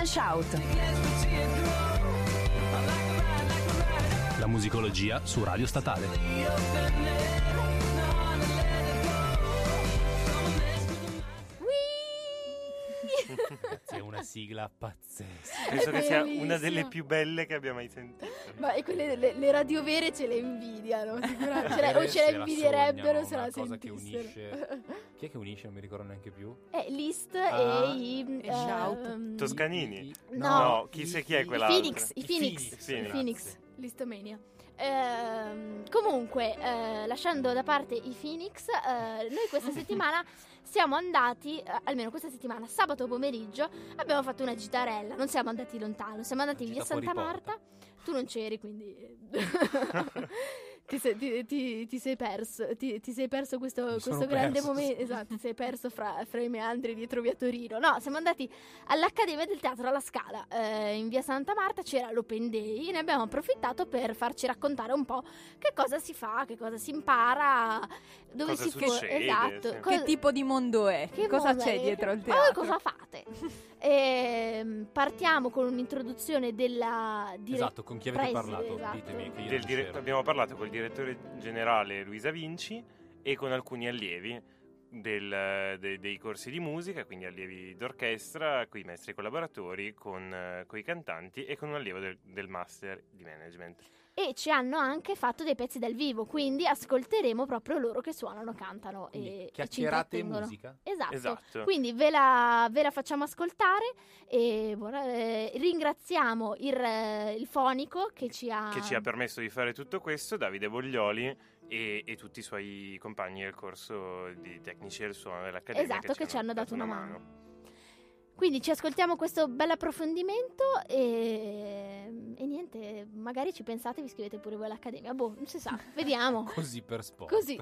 and Shout. La musicologia su Radio Statale. È una sigla pazzesca. Penso che sia una delle più belle che abbia mai sentito. Ma e quelle le radio vere ce le invidiano sicuramente, o ce le invidierebbero se la sentissero. Chi è che unisce? Non mi ricordo neanche più. Liszt e Shout. Toscanini? No, chi è quella? I Phoenix. Listomania. Comunque, lasciando da parte i Phoenix, noi questa settimana siamo andati, almeno questa settimana, sabato pomeriggio, abbiamo fatto una gitarella. Non siamo andati lontano, siamo andati via Santa Marta. Tu non c'eri, quindi ti sei perso questo grande momento. Esatto, ti sei perso fra i meandri dietro via Torino. No, siamo andati all'Accademia del Teatro alla Scala, in via Santa Marta c'era l'Open Day, ne abbiamo approfittato per farci raccontare un po' che cosa si fa, che cosa si impara, dove cosa si succede, esatto, sì. Che tipo di mondo è? Che Cosa mondo c'è è? dietro il Voi teatro? cosa fate? Partiamo con un'introduzione della Esatto, con chi avete parlato? Esatto. Ditemi che io non c'ero. Abbiamo parlato col direttore generale Luisa Vinci e con alcuni allievi dei corsi di musica, quindi allievi d'orchestra, con i maestri collaboratori, con i cantanti e con un allievo del master di management. E ci hanno anche fatto dei pezzi dal vivo, quindi ascolteremo proprio loro che suonano, cantano e ci chiacchierate e intrattengono. musica? Esatto. Quindi ve la facciamo ascoltare e ringraziamo il fonico che ci ha permesso di fare tutto questo, Davide Boglioli, e tutti i suoi compagni del corso di tecnici del suono dell'Accademia, esatto, che ci hanno dato una mano. Quindi ci ascoltiamo questo bel approfondimento e niente, magari ci pensate, vi iscrivete pure voi all'Accademia. Non si sa, vediamo. Così per sport. Così.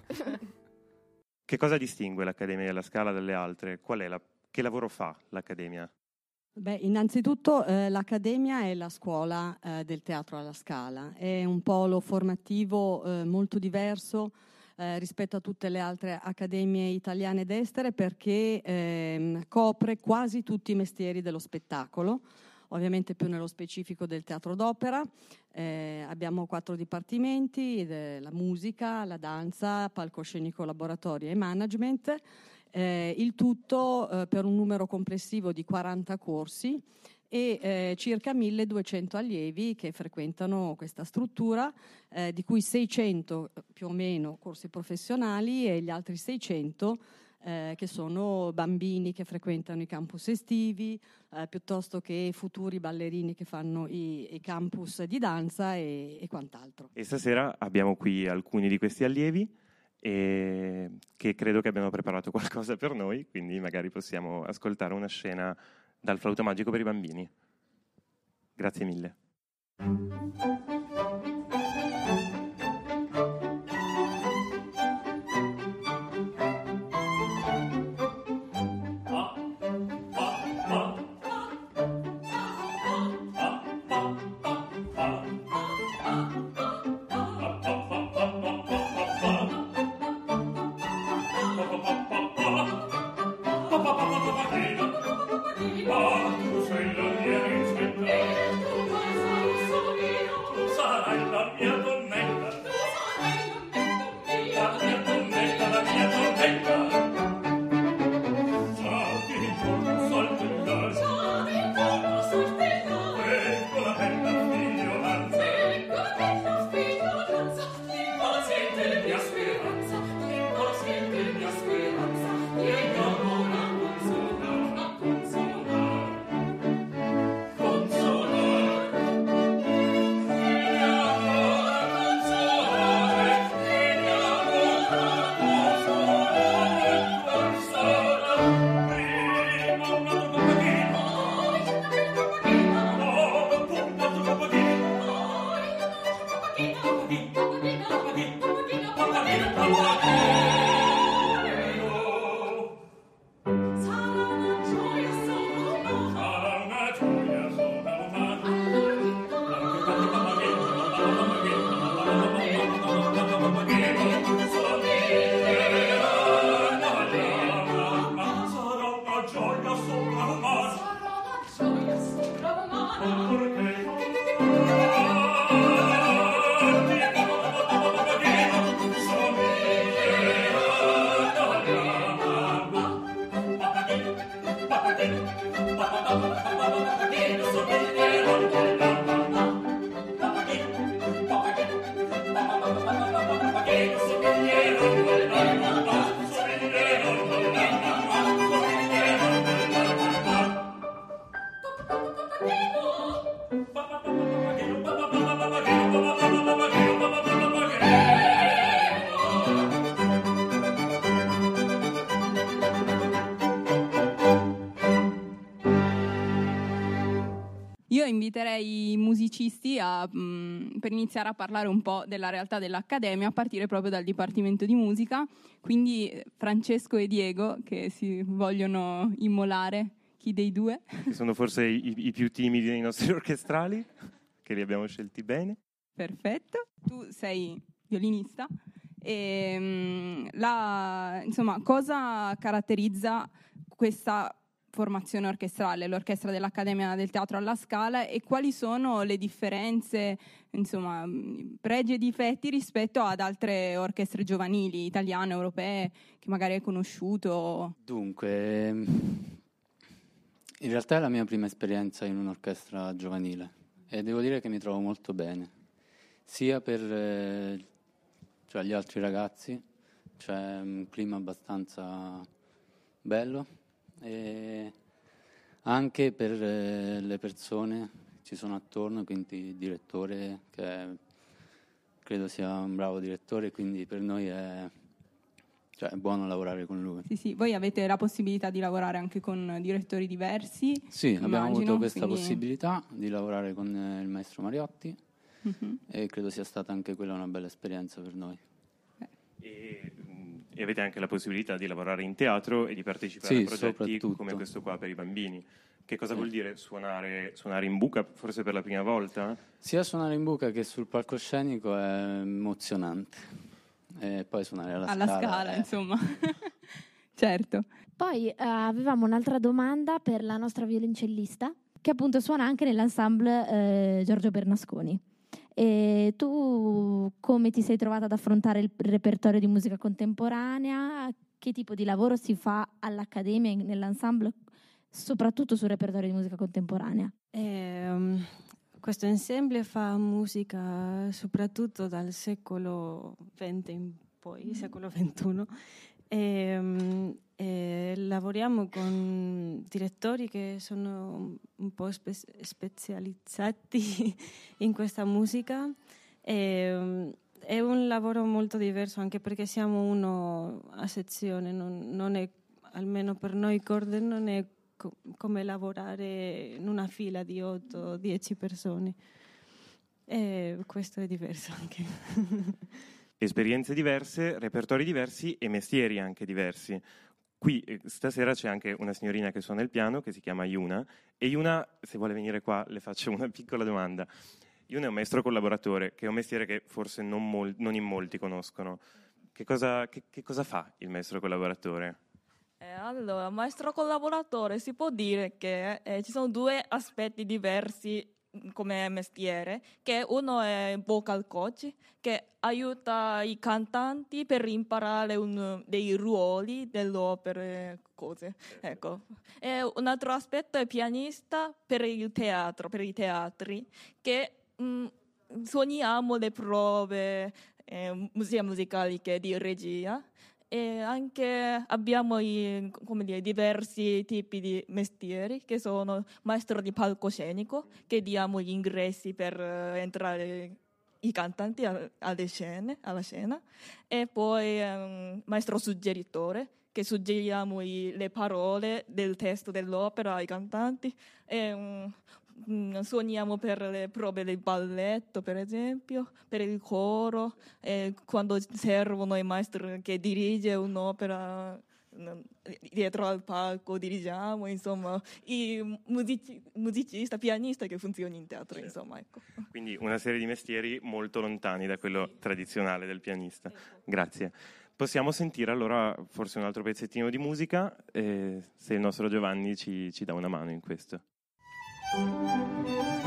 Che cosa distingue l'Accademia della Scala dalle altre? Che lavoro fa l'Accademia? Beh, innanzitutto l'Accademia è la scuola del Teatro alla Scala, è un polo formativo molto diverso rispetto a tutte le altre accademie italiane ed estere, perché copre quasi tutti i mestieri dello spettacolo, ovviamente più nello specifico del teatro d'opera. Abbiamo 4 dipartimenti: la musica, la danza, palcoscenico, laboratorio e management. Il tutto per un numero complessivo di 40 corsi e circa 1200 allievi che frequentano questa struttura, di cui 600 più o meno corsi professionali e gli altri 600 che sono bambini che frequentano i campus estivi, piuttosto che futuri ballerini che fanno i campus di danza e quant'altro. E stasera abbiamo qui alcuni di questi allievi che credo che abbiano preparato qualcosa per noi, quindi magari possiamo ascoltare una scena dal Flauto Magico per i bambini. Grazie mille. Tu sei l'allievo in Io inviterei i musicisti per iniziare a parlare un po' della realtà dell'Accademia, a partire proprio dal Dipartimento di Musica. Quindi Francesco e Diego, che si vogliono immolare, chi dei due? Che sono forse i più timidi dei nostri orchestrali, che li abbiamo scelti bene. Perfetto. Tu sei violinista. Insomma, cosa caratterizza questa formazione orchestrale, l'orchestra dell'Accademia del Teatro alla Scala, e quali sono le differenze, insomma, pregi e difetti rispetto ad altre orchestre giovanili, italiane, europee, che magari hai conosciuto? Dunque, in realtà è la mia prima esperienza in un'orchestra giovanile e devo dire che mi trovo molto bene, sia per gli altri ragazzi, c'è un clima abbastanza bello, e anche per le persone che ci sono attorno, quindi il direttore, che credo sia un bravo direttore, quindi per noi è buono lavorare con lui. Sì, voi avete la possibilità di lavorare anche con direttori diversi? Sì, abbiamo avuto questa quindi possibilità di lavorare con il maestro Mariotti, e credo sia stata anche quella una bella esperienza per noi. E avete anche la possibilità di lavorare in teatro e di partecipare a progetti come questo qua per i bambini. Che cosa vuol dire suonare in buca, forse per la prima volta? Sia suonare in buca che sul palcoscenico è emozionante. E poi suonare alla scala insomma. Certo. Poi avevamo un'altra domanda per la nostra violoncellista, che appunto suona anche nell'ensemble Giorgio Bernasconi. E tu come ti sei trovata ad affrontare il repertorio di musica contemporanea? Che tipo di lavoro si fa all'Accademia nell'ensemble, soprattutto sul repertorio di musica contemporanea? Questo ensemble fa musica soprattutto dal secolo XX in poi, secolo XXI. Lavoriamo con direttori che sono un po' specializzati in questa musica. È un lavoro molto diverso, anche perché siamo uno a sezione, non è, almeno per noi corde, non è come lavorare in una fila di 8-10 persone. E questo è diverso anche. Esperienze diverse, repertori diversi e mestieri anche diversi. Qui stasera c'è anche una signorina che suona il piano, che si chiama Yuna, e Yuna, se vuole venire qua, le faccio una piccola domanda. Yuna è un maestro collaboratore, che è un mestiere che forse non in molti conoscono. Che cosa fa il maestro collaboratore? Allora, maestro collaboratore, si può dire che ci sono due aspetti diversi come mestiere, che uno è vocal coach, che aiuta i cantanti per imparare dei ruoli dell'opera, cose. Ecco. E un altro aspetto è pianista per il teatro, per i teatri, che suoniamo le prove sia musicali che di regia. E anche abbiamo diversi tipi di mestieri, che sono maestro di palcoscenico, che diamo gli ingressi per entrare i cantanti alla scena, e poi maestro suggeritore, che suggeriamo le parole del testo dell'opera ai cantanti, e suoniamo per le prove del balletto, per esempio, per il coro, quando servono i maestri che dirige un'opera dietro al palco, dirigiamo, insomma, i musicista, pianista che funziona in teatro, certo. Insomma, ecco. Quindi una serie di mestieri molto lontani da quello tradizionale del pianista. Ecco. Grazie. Possiamo sentire allora forse un altro pezzettino di musica, se il nostro Giovanni ci dà una mano in questo.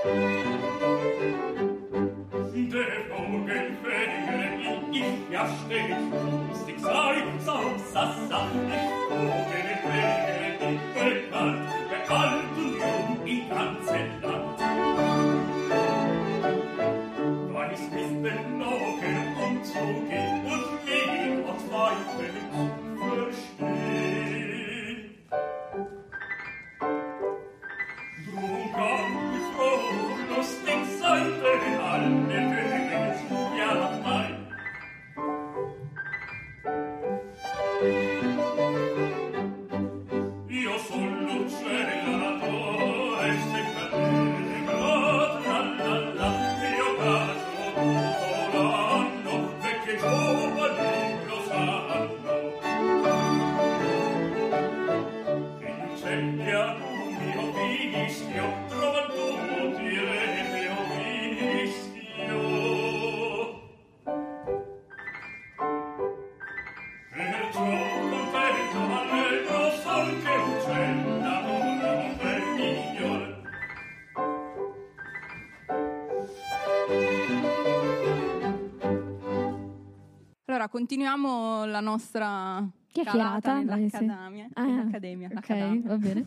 Allora, continuiamo la nostra chiacchierata nell'accademia. Nell'accademia, Ok, l'accademia. va bene.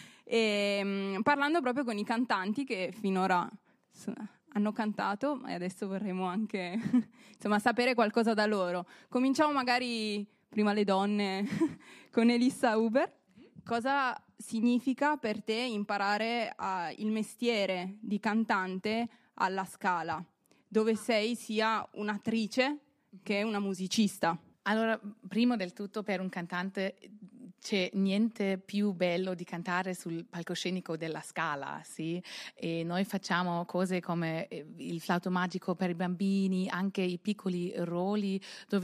Parlando proprio con i cantanti che finora hanno cantato, e adesso vorremmo anche insomma sapere qualcosa da loro. Cominciamo magari prima le donne con Elissa Huber. Cosa significa per te imparare il mestiere di cantante alla Scala, dove sei sia un'attrice che una musicista? Allora, prima del tutto, per un cantante c'è niente più bello di cantare sul palcoscenico della Scala, sì? E noi facciamo cose come il flauto magico per i bambini, anche i piccoli ruoli dove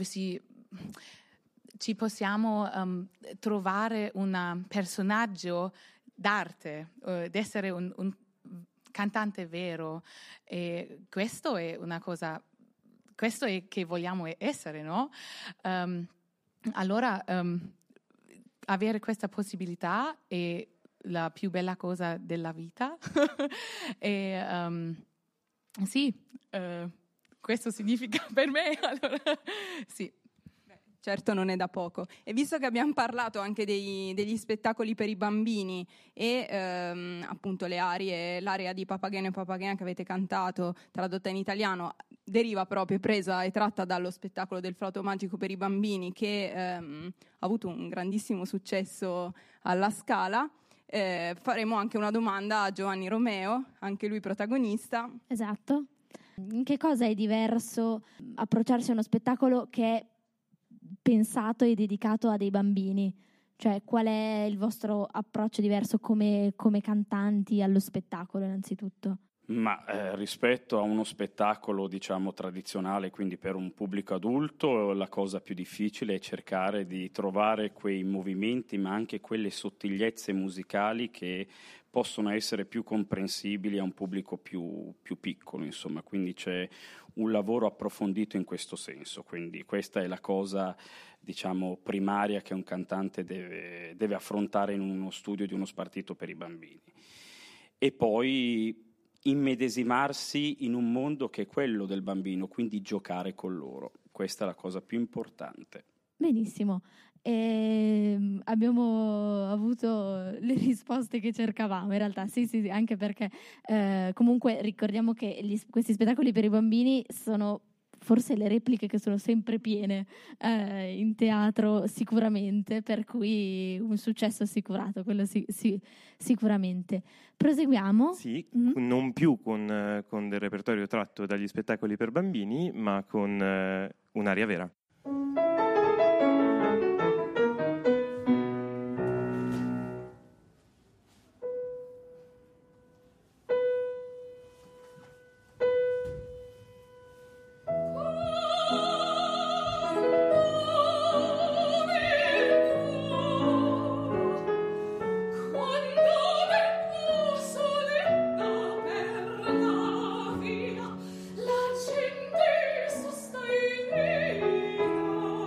ci possiamo trovare un personaggio d'arte, d'essere un cantante vero. E questo è una cosa, questo è che vogliamo essere, no? Allora, avere questa possibilità è la più bella cosa della vita. E sì, questo significa per me. Allora, sì. Certo, non è da poco. E visto che abbiamo parlato anche degli spettacoli per i bambini e appunto l'area di Papageno e Papagena che avete cantato, tradotta in italiano, deriva proprio, presa e tratta dallo spettacolo del flauto magico per i bambini che ha avuto un grandissimo successo alla Scala. Faremo anche una domanda a Giovanni Romeo, anche lui protagonista. Esatto. In che cosa è diverso approcciarsi a uno spettacolo che è pensato e dedicato a dei bambini? Cioè, qual è il vostro approccio diverso come cantanti allo spettacolo, innanzitutto? Ma rispetto a uno spettacolo, diciamo, tradizionale, quindi per un pubblico adulto, la cosa più difficile è cercare di trovare quei movimenti, ma anche quelle sottigliezze musicali che possono essere più comprensibili a un pubblico più piccolo, insomma. Quindi c'è un lavoro approfondito in questo senso. Quindi questa è la cosa, diciamo, primaria che un cantante deve affrontare in uno studio di uno spartito per i bambini. E poi immedesimarsi in un mondo che è quello del bambino, quindi giocare con loro. Questa è la cosa più importante. Benissimo. Abbiamo avuto le risposte che cercavamo, in realtà sì, anche perché comunque ricordiamo che questi spettacoli per i bambini sono forse le repliche che sono sempre piene in teatro, sicuramente, per cui un successo assicurato, quello sicuramente. Proseguiamo? Sì, non più con del repertorio tratto dagli spettacoli per bambini, ma con un'aria vera. La gente sta in via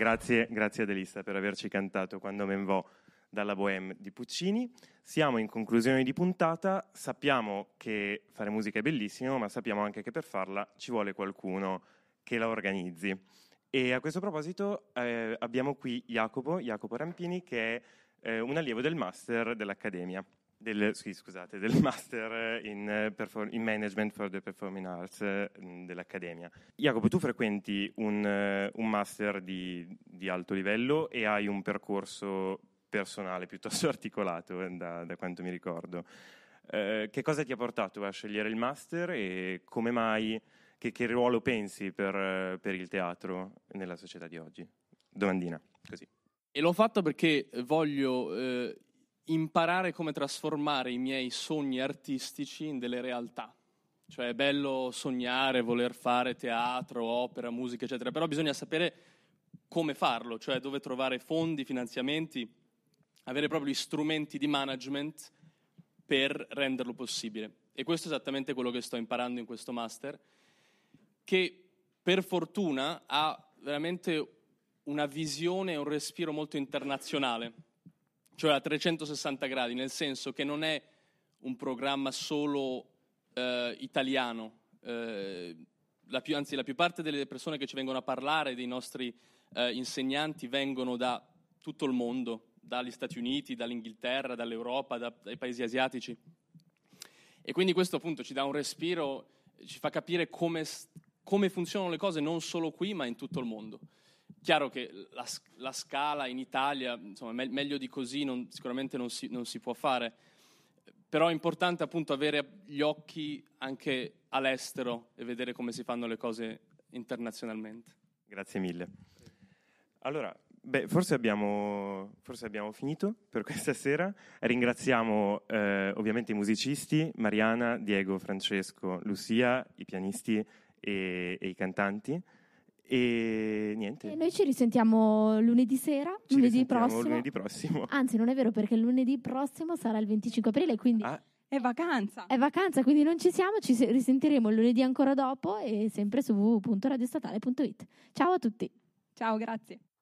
Grazie Adelissa per averci cantato Quando men vo dalla Bohème di Puccini. Siamo in conclusione di puntata, sappiamo che fare musica è bellissimo, ma sappiamo anche che per farla ci vuole qualcuno che la organizzi. E a questo proposito abbiamo qui Jacopo Rampini, che è un allievo del master dell'Accademia, del master in Management for the Performing Arts dell'Accademia. Jacopo, tu frequenti un master di alto livello e hai un percorso personale piuttosto articolato, da quanto mi ricordo. Che cosa ti ha portato a scegliere il master e come mai, che ruolo pensi per il teatro nella società di oggi? Domandina, così. E l'ho fatto perché voglio imparare come trasformare i miei sogni artistici in delle realtà. Cioè è bello sognare, voler fare teatro, opera, musica, eccetera, però bisogna sapere come farlo, cioè dove trovare fondi, finanziamenti, avere proprio gli strumenti di management per renderlo possibile. E questo è esattamente quello che sto imparando in questo master, che per fortuna ha veramente una visione e un respiro molto internazionale, cioè a 360 gradi, nel senso che non è un programma solo italiano. Anzi, la più parte delle persone che ci vengono a parlare, dei nostri insegnanti, vengono da tutto il mondo, dagli Stati Uniti, dall'Inghilterra, dall'Europa, dai paesi asiatici. E quindi questo appunto ci dà un respiro, ci fa capire come funzionano le cose non solo qui ma in tutto il mondo. Chiaro che la scala in Italia, insomma, meglio di così sicuramente non si può fare, però è importante appunto avere gli occhi anche all'estero e vedere come si fanno le cose internazionalmente. Grazie mille. Allora, forse abbiamo finito per questa sera. Ringraziamo ovviamente i musicisti, Mariana, Diego, Francesco, Lucia, i pianisti e i cantanti. E niente. E noi ci risentiamo lunedì sera, lunedì prossimo. Anzi, non è vero, perché lunedì prossimo sarà il 25 aprile, quindi è vacanza. È vacanza, quindi non ci siamo, ci risentiremo lunedì ancora dopo e sempre su www.radiostatale.it. Ciao a tutti. Ciao, grazie.